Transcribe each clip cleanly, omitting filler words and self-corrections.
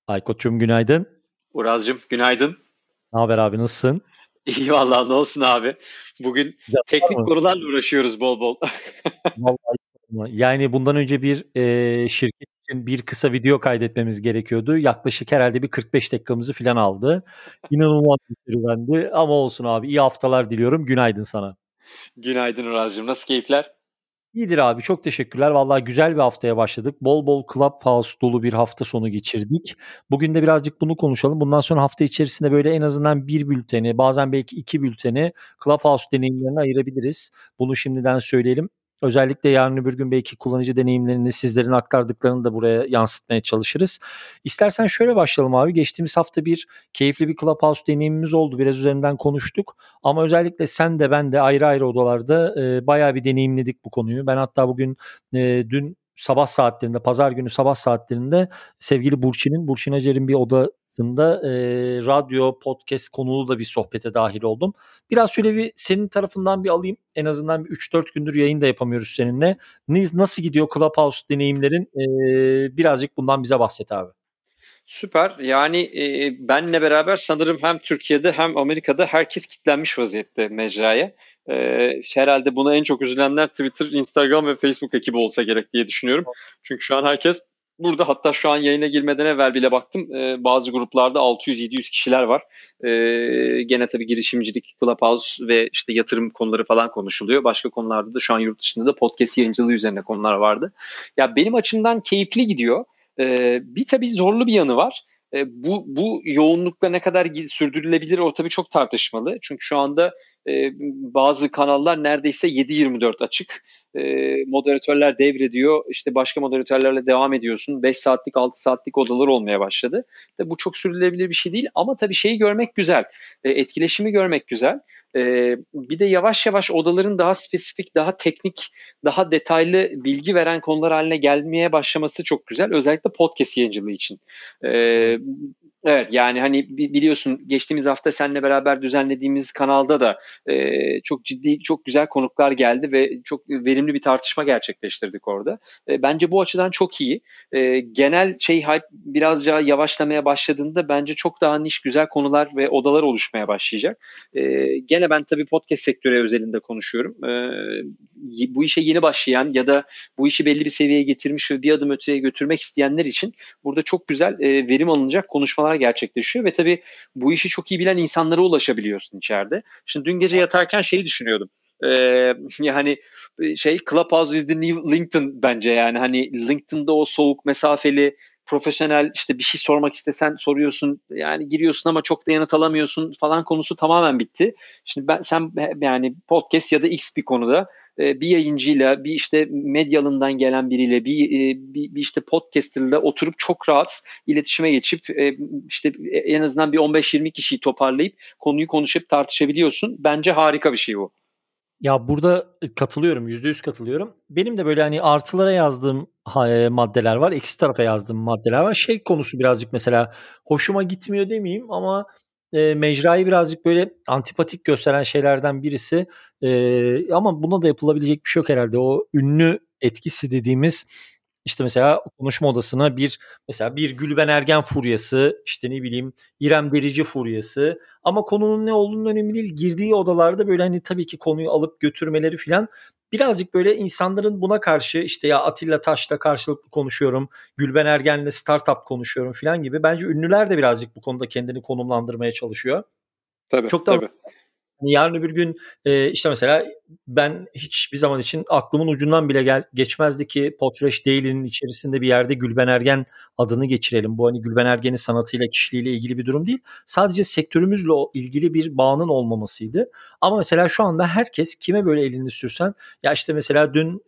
Aykut'cum günaydın. Uraz'cığım günaydın. Ne haber abi, nasılsın? İyi vallahi ne olsun abi. Bugün Güzel var teknik mı? konularla uğraşıyoruz bol bol. Vallahi sorma. Yani bundan önce bir şirket için bir kısa video kaydetmemiz gerekiyordu. Yaklaşık herhalde bir 45 dakikamızı falan aldı. İnanılmaz bir serüvendi ama olsun abi. İyi haftalar diliyorum. Günaydın sana. Günaydın Uraz'cığım. Nasıl keyifler? İyidir abi, çok teşekkürler. Vallahi güzel bir haftaya başladık. Bol bol Clubhouse dolu bir hafta sonu geçirdik. Bugün de birazcık bunu konuşalım. Bundan sonra hafta içerisinde böyle en azından bir bülteni, bazen belki iki bülteni Clubhouse deneyimlerine ayırabiliriz. Bunu şimdiden söyleyelim. Özellikle yarın öbür gün belki kullanıcı deneyimlerini, sizlerin aktardıklarını da buraya yansıtmaya çalışırız. İstersen şöyle başlayalım abi. Geçtiğimiz hafta keyifli bir Clubhouse deneyimimiz oldu. Biraz üzerinden konuştuk. Ama özellikle sen de ben de ayrı ayrı odalarda bayağı bir deneyimledik bu konuyu. Ben hatta dün sabah saatlerinde, pazar günü sabah saatlerinde sevgili Burçin Acer'in bir odasında radyo, podcast konulu da bir sohbete dahil oldum. Biraz şöyle bir senin tarafından bir alayım. En azından bir 3-4 gündür yayın da yapamıyoruz seninle. Nasıl gidiyor Clubhouse deneyimlerin? Birazcık bundan bize bahset abi. Süper. Yani benle beraber sanırım hem Türkiye'de hem Amerika'da herkes kitlenmiş vaziyette mecraya. Herhalde buna en çok üzülenler Twitter, Instagram ve Facebook ekibi olsa gerek diye düşünüyorum. Çünkü şu an herkes burada. Hatta şu an yayına girmeden evvel bile baktım. Bazı gruplarda 600-700 kişiler var. Gene tabii girişimcilik, Clubhouse ve işte yatırım konuları falan konuşuluyor. Başka konularda da şu an yurt dışında da podcast yayıncılığı üzerine konular vardı. Ya benim açımdan keyifli gidiyor. Bir tabii zorlu bir yanı var. Bu yoğunlukla ne kadar sürdürülebilir o tabii çok tartışmalı. Çünkü şu anda bazı kanallar neredeyse 7/24 açık. Moderatörler devrediyor. İşte başka moderatörlerle devam ediyorsun. 5 saatlik 6 saatlik odalar olmaya başladı. Tabii bu çok sürdürülebilir bir şey değil ama tabii şeyi görmek güzel. Etkileşimi görmek güzel. Bir de yavaş yavaş odaların daha spesifik, daha teknik, daha detaylı bilgi veren konular haline gelmeye başlaması çok güzel. Özellikle podcast yayıncılığı için. Ee, evet yani hani biliyorsun geçtiğimiz hafta seninle beraber düzenlediğimiz kanalda da çok ciddi, çok güzel konuklar geldi ve çok verimli bir tartışma gerçekleştirdik orada. Bence bu açıdan çok iyi. Genel hype biraz daha yavaşlamaya başladığında bence çok daha niş güzel konular ve odalar oluşmaya başlayacak. Gene ben tabii podcast sektörü özelinde konuşuyorum. Bu işe yeni başlayan ya da bu işi belli bir seviyeye getirmiş ve bir adım öteye götürmek isteyenler için burada çok güzel verim alınacak konuşmalar gerçekleşiyor ve tabii bu işi çok iyi bilen insanlara ulaşabiliyorsun içeride. Şimdi dün gece yatarken şeyi düşünüyordum. Yani Clubhouse is the new LinkedIn bence yani hani LinkedIn'da o soğuk mesafeli profesyonel işte bir şey sormak istesen soruyorsun yani giriyorsun ama çok da yanıt alamıyorsun falan konusu tamamen bitti. Şimdi sen yani podcast ya da X bir konuda bir yayıncıyla bir işte medyalından gelen biriyle bir işte podcasterla oturup çok rahat iletişime geçip işte en azından bir 15-20 kişiyi toparlayıp konuyu konuşup tartışabiliyorsun. Bence harika bir şey bu. Ya burada katılıyorum, %100 katılıyorum. Benim de böyle hani artılara yazdığım maddeler var, eksi tarafa yazdığım maddeler var. Şey konusu birazcık mesela hoşuma gitmiyor demeyeyim ama mecrayı birazcık böyle antipatik gösteren şeylerden birisi. Ama buna da yapılabilecek bir şey yok herhalde. O ünlü etkisi dediğimiz işte mesela konuşma odasına mesela bir Gülben Ergen furyası, işte ne bileyim İrem Derici furyası ama konunun ne olduğunun önemli değil. Girdiği odalarda böyle hani tabii ki konuyu alıp götürmeleri filan birazcık böyle insanların buna karşı işte ya Atilla Taş'la karşılıklı konuşuyorum, Gülben Ergen'le startup konuşuyorum filan gibi. Bence ünlüler de birazcık bu konuda kendini konumlandırmaya çalışıyor. Tabii Çok da tabii. hani yarın öbür gün işte mesela ben hiçbir zaman için aklımın ucundan bile geçmezdi ki Podfresh Daily'nin içerisinde bir yerde Gülben Ergen adını geçirelim. Bu hani Gülben Ergen'in sanatıyla, kişiliğiyle ilgili bir durum değil. Sadece sektörümüzle ilgili bir bağının olmamasıydı. Ama mesela şu anda herkes kime böyle elini sürsen ya işte mesela dün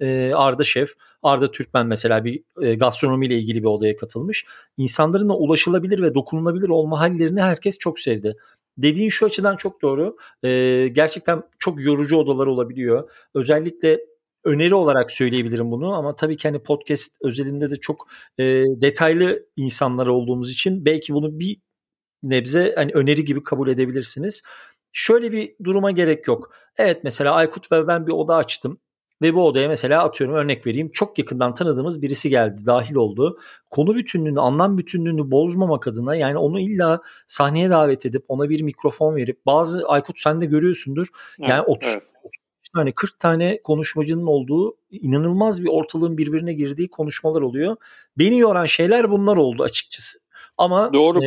Arda Türkmen mesela bir gastronomiyle ilgili bir odaya katılmış. İnsanların da ulaşılabilir ve dokunulabilir olma hallerini herkes çok sevdi. Dediğin şu açıdan çok doğru. Gerçekten çok yorucu odalar olabiliyor. Özellikle öneri olarak söyleyebilirim bunu ama tabii ki hani podcast özelinde de çok detaylı insanlar olduğumuz için belki bunu bir nebze hani öneri gibi kabul edebilirsiniz. Şöyle bir duruma gerek yok. Evet mesela Aykut ve ben bir oda açtım. ve bu odaya mesela atıyorum örnek vereyim çok yakından tanıdığımız birisi geldi, dahil oldu. Konu bütünlüğünü, anlam bütünlüğünü bozmamak adına yani onu illa sahneye davet edip ona bir mikrofon verip bazı Aykut sen de görüyorsundur. Yani Evet, 30 evet. tane 40 tane konuşmacının olduğu inanılmaz bir ortalığın birbirine girdiği konuşmalar oluyor. Beni yoran şeyler bunlar oldu açıkçası. Ama Doğru.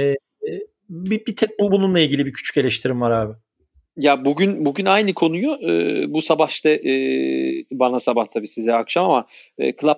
bir tek bununla ilgili bir küçük eleştirim var abi. Ya bugün aynı konuyu bu sabah işte bana sabah tabii size akşam ama Club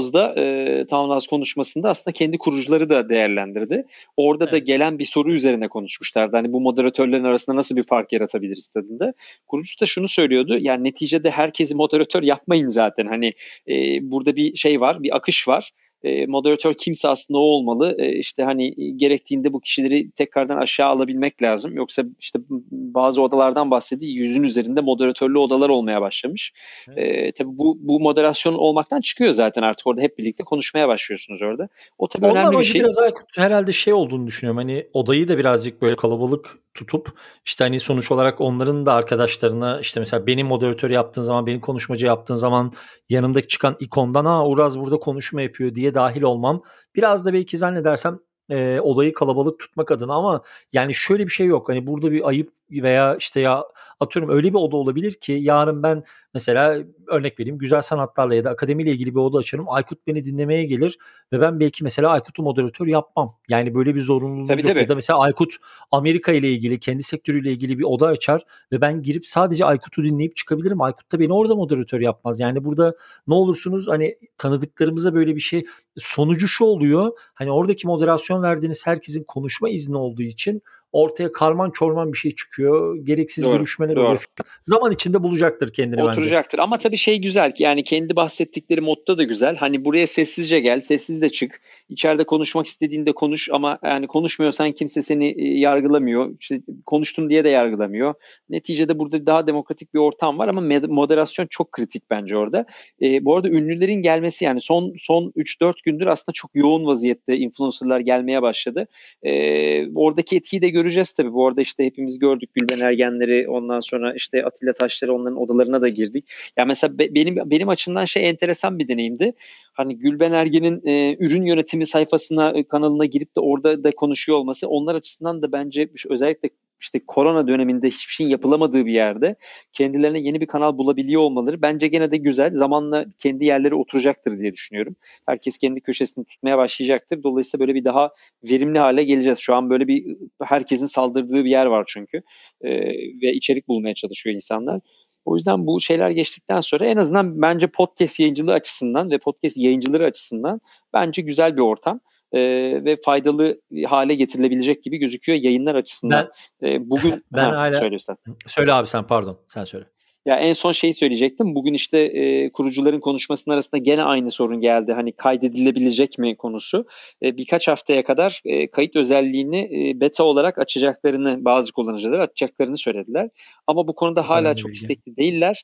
Townhouse konuşmasında aslında kendi kurucuları da değerlendirdi. Orada da Evet. gelen bir soru üzerine konuşmuşlardı. Hani bu moderatörlerin arasında nasıl bir fark yaratabiliriz tadında. Kurucusu da şunu söylüyordu. Yani neticede herkesi moderatör yapmayın zaten. Hani burada bir şey var, bir akış var. Moderatör kimse aslında o olmalı. İşte hani gerektiğinde bu kişileri tekrardan aşağı alabilmek lazım. Yoksa işte bazı odalardan bahsediyor. 100'ün üzerinde moderatörlü odalar olmaya başlamış. Evet. Tabii bu moderasyon olmaktan çıkıyor zaten artık orada hep birlikte konuşmaya başlıyorsunuz orada. O tabii Ondan önemli bir önce şey. biraz Aykut herhalde şey olduğunu düşünüyorum. Hani odayı da birazcık böyle kalabalık tutup işte hani sonuç olarak onların da arkadaşlarına işte mesela benim moderatör yaptığın zaman, benim konuşmacı yaptığın zaman yanımdaki çıkan ikondan Uraz burada konuşma yapıyor diye dahil olmam. Biraz da belki zannedersem odayı kalabalık tutmak adına ama yani şöyle bir şey yok. Hani burada bir ayıp veya işte ya atıyorum öyle bir oda olabilir ki yarın ben mesela örnek vereyim güzel sanatlarla ya da akademiyle ilgili bir oda açarım. Aykut beni dinlemeye gelir. Ve ben belki mesela Aykut'u moderatör yapmam. Yani böyle bir Tabii zorunluluğumuz yok. Ya tabii. da mesela Aykut Amerika ile ilgili, kendi sektörüyle ilgili bir oda açar ve ben girip sadece Aykut'u dinleyip çıkabilirim. Aykut da beni orada moderatör yapmaz. Yani burada ne olursunuz hani tanıdıklarımıza böyle bir şey sonucu şu oluyor. Hani oradaki moderasyon verdiğiniz herkesin konuşma izni olduğu için ortaya karman çorman bir şey çıkıyor. Gereksiz Doğru. bölüşmeler Doğru. oluyor. Zaman içinde bulacaktır kendini bence. Oturacaktır. Ama tabii şey güzel ki yani kendi bahsettikleri modda da güzel. Hani buraya sessizce gel, sessiz de çık. İçeride konuşmak istediğinde konuş ama yani konuşmuyorsan kimse seni yargılamıyor. İşte konuştun diye de yargılamıyor. Neticede burada daha demokratik bir ortam var ama moderasyon çok kritik bence orada. Bu arada ünlülerin gelmesi yani son 3-4 gündür aslında çok yoğun vaziyette influencerlar gelmeye başladı. Oradaki etkiyi de göreceğiz tabii. Bu arada işte hepimiz gördük Gülben Ergenleri, ondan sonra işte Atilla Taşları onların odalarına da girdik. Ya mesela benim açımdan şey enteresan bir deneyimdi. Hani Gülben Ergen'in ürün yönetimi sayfasına kanalına girip de orada da konuşuyor olması onlar açısından da bence özellikle işte korona döneminde hiçbir şeyin yapılamadığı bir yerde kendilerine yeni bir kanal bulabiliyor olmaları bence gene de güzel. Zamanla kendi yerleri oturacaktır diye düşünüyorum. Herkes kendi köşesini tutmaya başlayacaktır. Dolayısıyla böyle bir daha verimli hale geleceğiz. Şu an böyle bir herkesin saldırdığı bir yer var çünkü ve içerik bulmaya çalışıyor insanlar. O yüzden bu şeyler geçtikten sonra en azından bence podcast yayıncılığı açısından ve podcast yayıncıları açısından bence güzel bir ortam ve faydalı hale getirilebilecek gibi gözüküyor yayınlar açısından. Ben Bugün ben hala söylüyorsan. söyle abi sen pardon sen söyle. Ya en son şeyi söyleyecektim. Bugün işte kurucuların konuşmasının arasında gene aynı sorun geldi. Hani kaydedilebilecek mi konusu. Birkaç haftaya kadar kayıt özelliğini beta olarak açacaklarını, bazı kullanıcılar açacaklarını söylediler. Ama bu konuda Çok hala önemli çok bilgi. istekli değiller.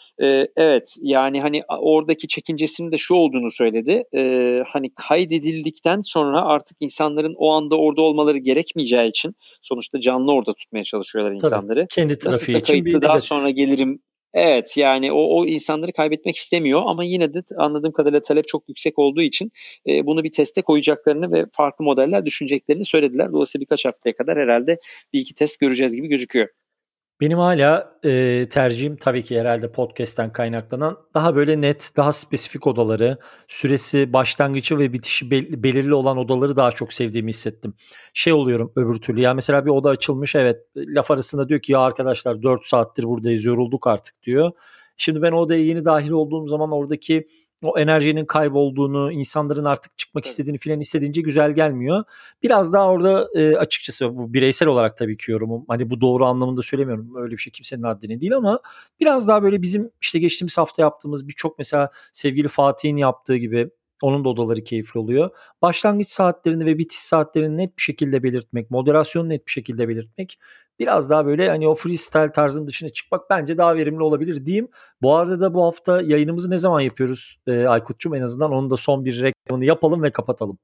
Evet yani hani oradaki çekincesinin de şu olduğunu söyledi. Hani kaydedildikten sonra artık insanların o anda orada olmaları gerekmeyeceği için sonuçta canlı orada tutmaya çalışıyorlar Tabii. insanları. Kendi trafiği Nasılsa için bir kayıtlı daha negatif. sonra gelirim. Evet yani o insanları kaybetmek istemiyor ama yine de anladığım kadarıyla talep çok yüksek olduğu için bunu bir teste koyacaklarını ve farklı modeller düşüneceklerini söylediler. Dolayısıyla birkaç haftaya kadar herhalde bir iki test göreceğiz gibi gözüküyor. Benim hala tercihim tabii ki herhalde podcast'ten kaynaklanan daha böyle net, daha spesifik odaları, süresi, başlangıcı ve bitişi belirli olan odaları daha çok sevdiğimi hissettim. Şey oluyorum öbür türlü ya mesela bir oda açılmış evet laf arasında diyor ki ya arkadaşlar 4 saattir buradayız yorulduk artık diyor. Şimdi ben o odaya yeni dahil olduğum zaman oradaki o enerjinin kaybolduğunu, insanların artık çıkmak Tabii. istediğini filan hissedince güzel gelmiyor. Biraz daha orada açıkçası bu bireysel olarak tabii ki yorumum. Hani bu doğru anlamında söylemiyorum. Öyle bir şey kimsenin haddine değil ama biraz daha böyle bizim işte geçtiğimiz hafta yaptığımız birçok mesela sevgili Fatih'in yaptığı gibi onun da odaları keyifli oluyor. Başlangıç saatlerini ve bitiş saatlerini net bir şekilde belirtmek, moderasyonu net bir şekilde belirtmek. Biraz daha böyle hani o freestyle tarzın dışına çıkmak bence daha verimli olabilir diyeyim. Bu arada da bu hafta yayınımızı ne zaman yapıyoruz Aykut'cum? En azından onun da son bir reklamını yapalım ve kapatalım.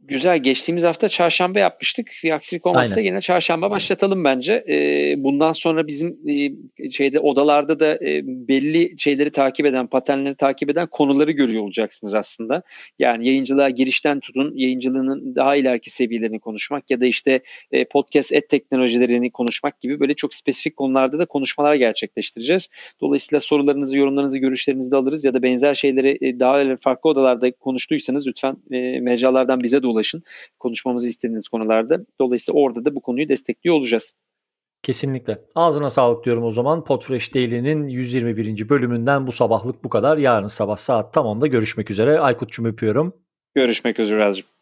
Güzel. Geçtiğimiz hafta çarşamba yapmıştık. Bir aksilik olmazsa Aynen. yine çarşamba başlatalım bence. Bundan sonra bizim odalarda da belli şeyleri takip eden, paternleri takip eden konuları görüyor olacaksınız aslında. Yani yayıncılığa girişten tutun, yayıncılığının daha ileriki seviyelerini konuşmak ya da işte podcast teknolojilerini konuşmak gibi böyle çok spesifik konularda da konuşmalar gerçekleştireceğiz. Dolayısıyla sorularınızı, yorumlarınızı, görüşlerinizi de alırız ya da benzer şeyleri daha farklı odalarda konuştuysanız lütfen mecralardan bize de ulaşın. Konuşmamızı istediğiniz konularda. Dolayısıyla orada da bu konuyu destekliyor olacağız. Kesinlikle. Ağzına sağlık diyorum o zaman. Podfresh Daily'nin 121. bölümünden bu sabahlık bu kadar. Yarın sabah saat tam 10'da görüşmek üzere. Aykut'cum öpüyorum. Görüşmek üzere.